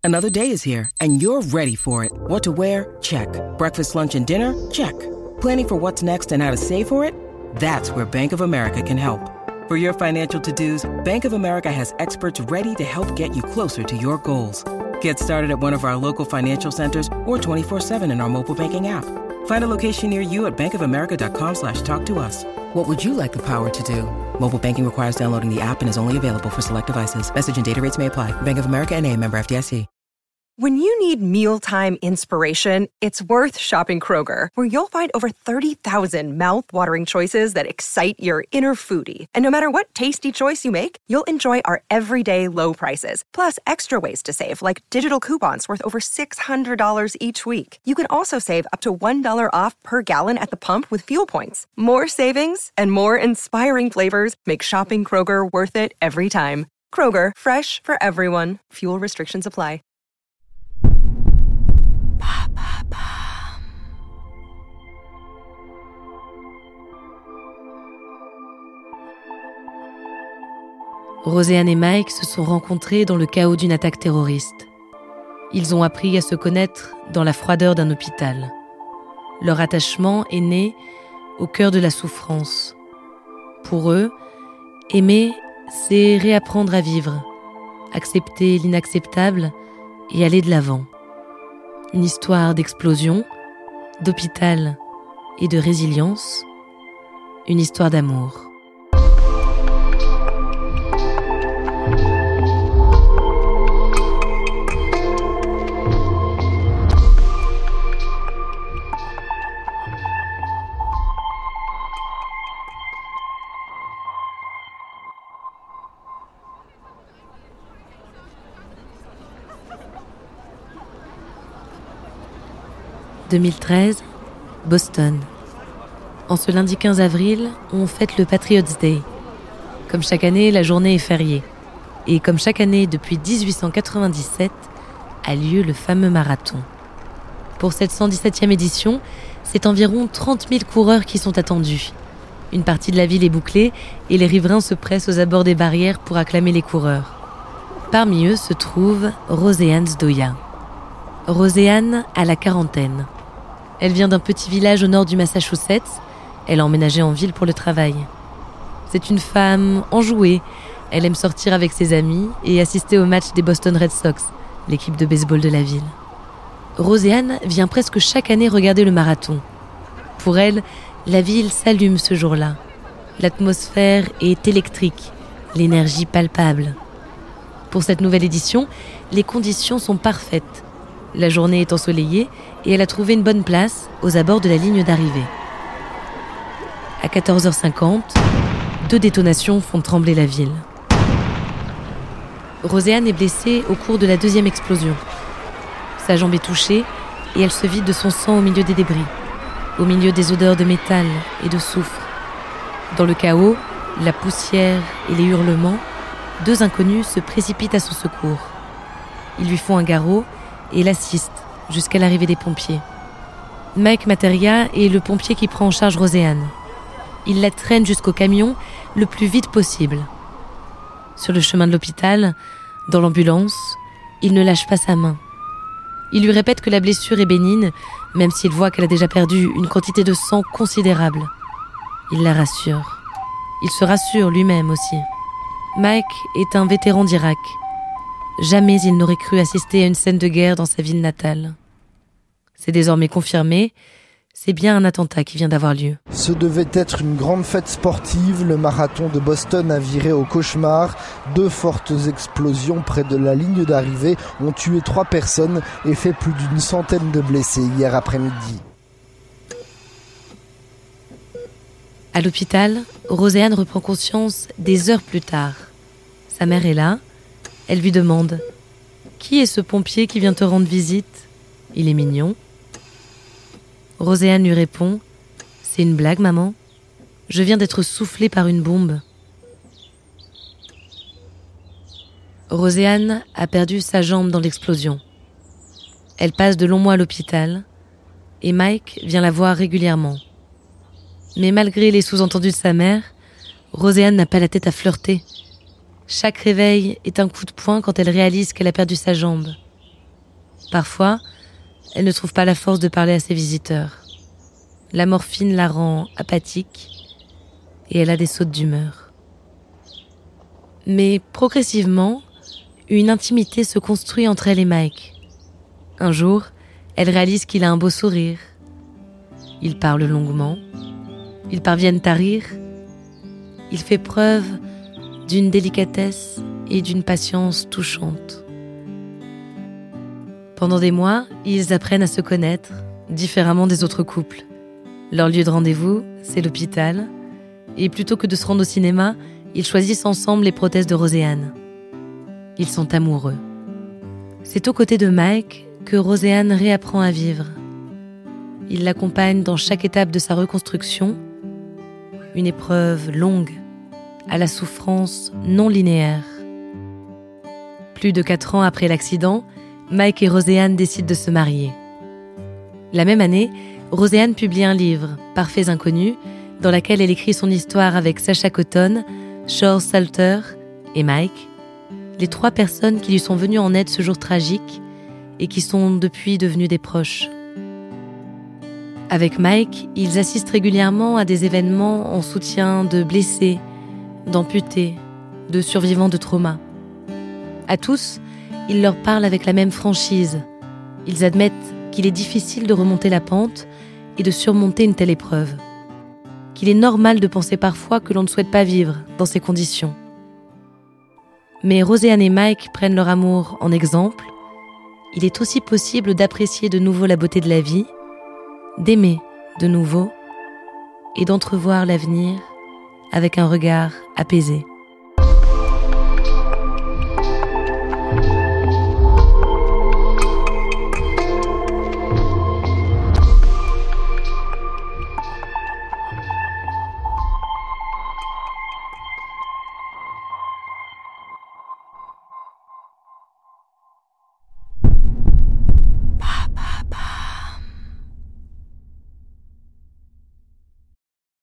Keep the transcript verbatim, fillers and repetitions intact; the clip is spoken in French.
Another day is here, and you're ready for it. What to wear? Check. Breakfast, lunch, and dinner? Check. Planning for what's next and how to save for it? That's where Bank of America can help. For your financial to-dos, Bank of America has experts ready to help get you closer to your goals. Get started at one of our local financial centers or twenty-four seven in our mobile banking app. Find a location near you at bankofamerica.com slash talk to us. What would you like the power to do? Mobile banking requires downloading the app and is only available for select devices. Message and data rates may apply. Bank of America N A, member F D I C. When you need mealtime inspiration, it's worth shopping Kroger, where you'll find over thirty thousand mouth-watering choices that excite your inner foodie. And no matter what tasty choice you make, you'll enjoy our everyday low prices, plus extra ways to save, like digital coupons worth over six hundred dollars each week. You can also save up to one dollar off per gallon at the pump with fuel points. More savings and more inspiring flavors make shopping Kroger worth it every time. Kroger, fresh for everyone. Fuel restrictions apply. Roséanne et Mike se sont rencontrés dans le chaos d'une attaque terroriste. Ils ont appris à se connaître dans la froideur d'un hôpital. Leur attachement est né au cœur de la souffrance. Pour eux, aimer, c'est réapprendre à vivre, accepter l'inacceptable et aller de l'avant. Une histoire d'explosion, d'hôpital et de résilience. Une histoire d'amour. deux mille treize, Boston. En ce lundi quinze avril, on fête le Patriots Day. Comme chaque année, la journée est fériée. Et comme chaque année depuis dix-huit cent quatre-vingt-dix-sept, a lieu le fameux marathon. Pour cette cent dix-septième édition, c'est environ trente mille coureurs qui sont attendus. Une partie de la ville est bouclée et les riverains se pressent aux abords des barrières pour acclamer les coureurs. Parmi eux se trouve Roséanne Zdoya. Roséanne a la quarantaine. Elle vient d'un petit village au nord du Massachusetts. Elle a emménagé en ville pour le travail. C'est une femme enjouée. Elle aime sortir avec ses amis et assister au match des Boston Red Sox, l'équipe de baseball de la ville. Roséanne vient presque chaque année regarder le marathon. Pour elle, la ville s'allume ce jour-là. L'atmosphère est électrique, l'énergie palpable. Pour cette nouvelle édition, les conditions sont parfaites. La journée est ensoleillée et elle a trouvé une bonne place aux abords de la ligne d'arrivée. À quatorze heures cinquante, deux détonations font trembler la ville. Roséanne est blessée au cours de la deuxième explosion. Sa jambe est touchée et elle se vide de son sang au milieu des débris, au milieu des odeurs de métal et de soufre. Dans le chaos, la poussière et les hurlements, deux inconnus se précipitent à son secours. Ils lui font un garrot et l'assiste jusqu'à l'arrivée des pompiers. Mike Materia est le pompier qui prend en charge Roséanne. Il la traîne jusqu'au camion le plus vite possible. Sur le chemin de l'hôpital, dans l'ambulance, il ne lâche pas sa main. Il lui répète que la blessure est bénigne, même s'il voit qu'elle a déjà perdu une quantité de sang considérable. Il la rassure. Il se rassure lui-même aussi. Mike est un vétéran d'Irak. Jamais il n'aurait cru assister à une scène de guerre dans sa ville natale. C'est désormais confirmé, c'est bien un attentat qui vient d'avoir lieu. Ce devait être une grande fête sportive. Le marathon de Boston a viré au cauchemar. Deux fortes explosions près de la ligne d'arrivée ont tué trois personnes et fait plus d'une centaine de blessés hier après-midi. À l'hôpital, Roséanne reprend conscience des heures plus tard. Sa mère est là. Elle lui demande « Qui est ce pompier qui vient te rendre visite ? Il est mignon. » Roséanne lui répond « C'est une blague, maman. Je viens d'être soufflée par une bombe. » Roséanne a perdu sa jambe dans l'explosion. Elle passe de longs mois à l'hôpital et Mike vient la voir régulièrement. Mais malgré les sous-entendus de sa mère, Roséanne n'a pas la tête à flirter. Chaque réveil est un coup de poing quand elle réalise qu'elle a perdu sa jambe. Parfois, elle ne trouve pas la force de parler à ses visiteurs. La morphine la rend apathique et elle a des sautes d'humeur. Mais progressivement, une intimité se construit entre elle et Mike. Un jour, elle réalise qu'il a un beau sourire. Ils parlent longuement. Ils parviennent à rire. Il fait preuve d'une délicatesse et d'une patience touchante. Pendant des mois, ils apprennent à se connaître, différemment des autres couples. Leur lieu de rendez-vous, c'est l'hôpital. Et plutôt que de se rendre au cinéma, ils choisissent ensemble les prothèses de Roséanne. Ils sont amoureux. C'est aux côtés de Mike que Roséanne réapprend à vivre. Il l'accompagne dans chaque étape de sa reconstruction, une épreuve longue, à la souffrance non linéaire. Plus de quatre ans après l'accident, Mike et Roséanne décident de se marier. La même année, Roséanne publie un livre, Parfaits Inconnus, dans lequel elle écrit son histoire avec Sacha Cotton, Shore Salter et Mike, les trois personnes qui lui sont venues en aide ce jour tragique et qui sont depuis devenues des proches. Avec Mike, ils assistent régulièrement à des événements en soutien de blessés, d'amputés, de survivants de traumas. À tous, ils leur parlent avec la même franchise. Ils admettent qu'il est difficile de remonter la pente et de surmonter une telle épreuve. Qu'il est normal de penser parfois que l'on ne souhaite pas vivre dans ces conditions. Mais Roséanne et Mike prennent leur amour en exemple. Il est aussi possible d'apprécier de nouveau la beauté de la vie, d'aimer de nouveau et d'entrevoir l'avenir avec un regard apaisé.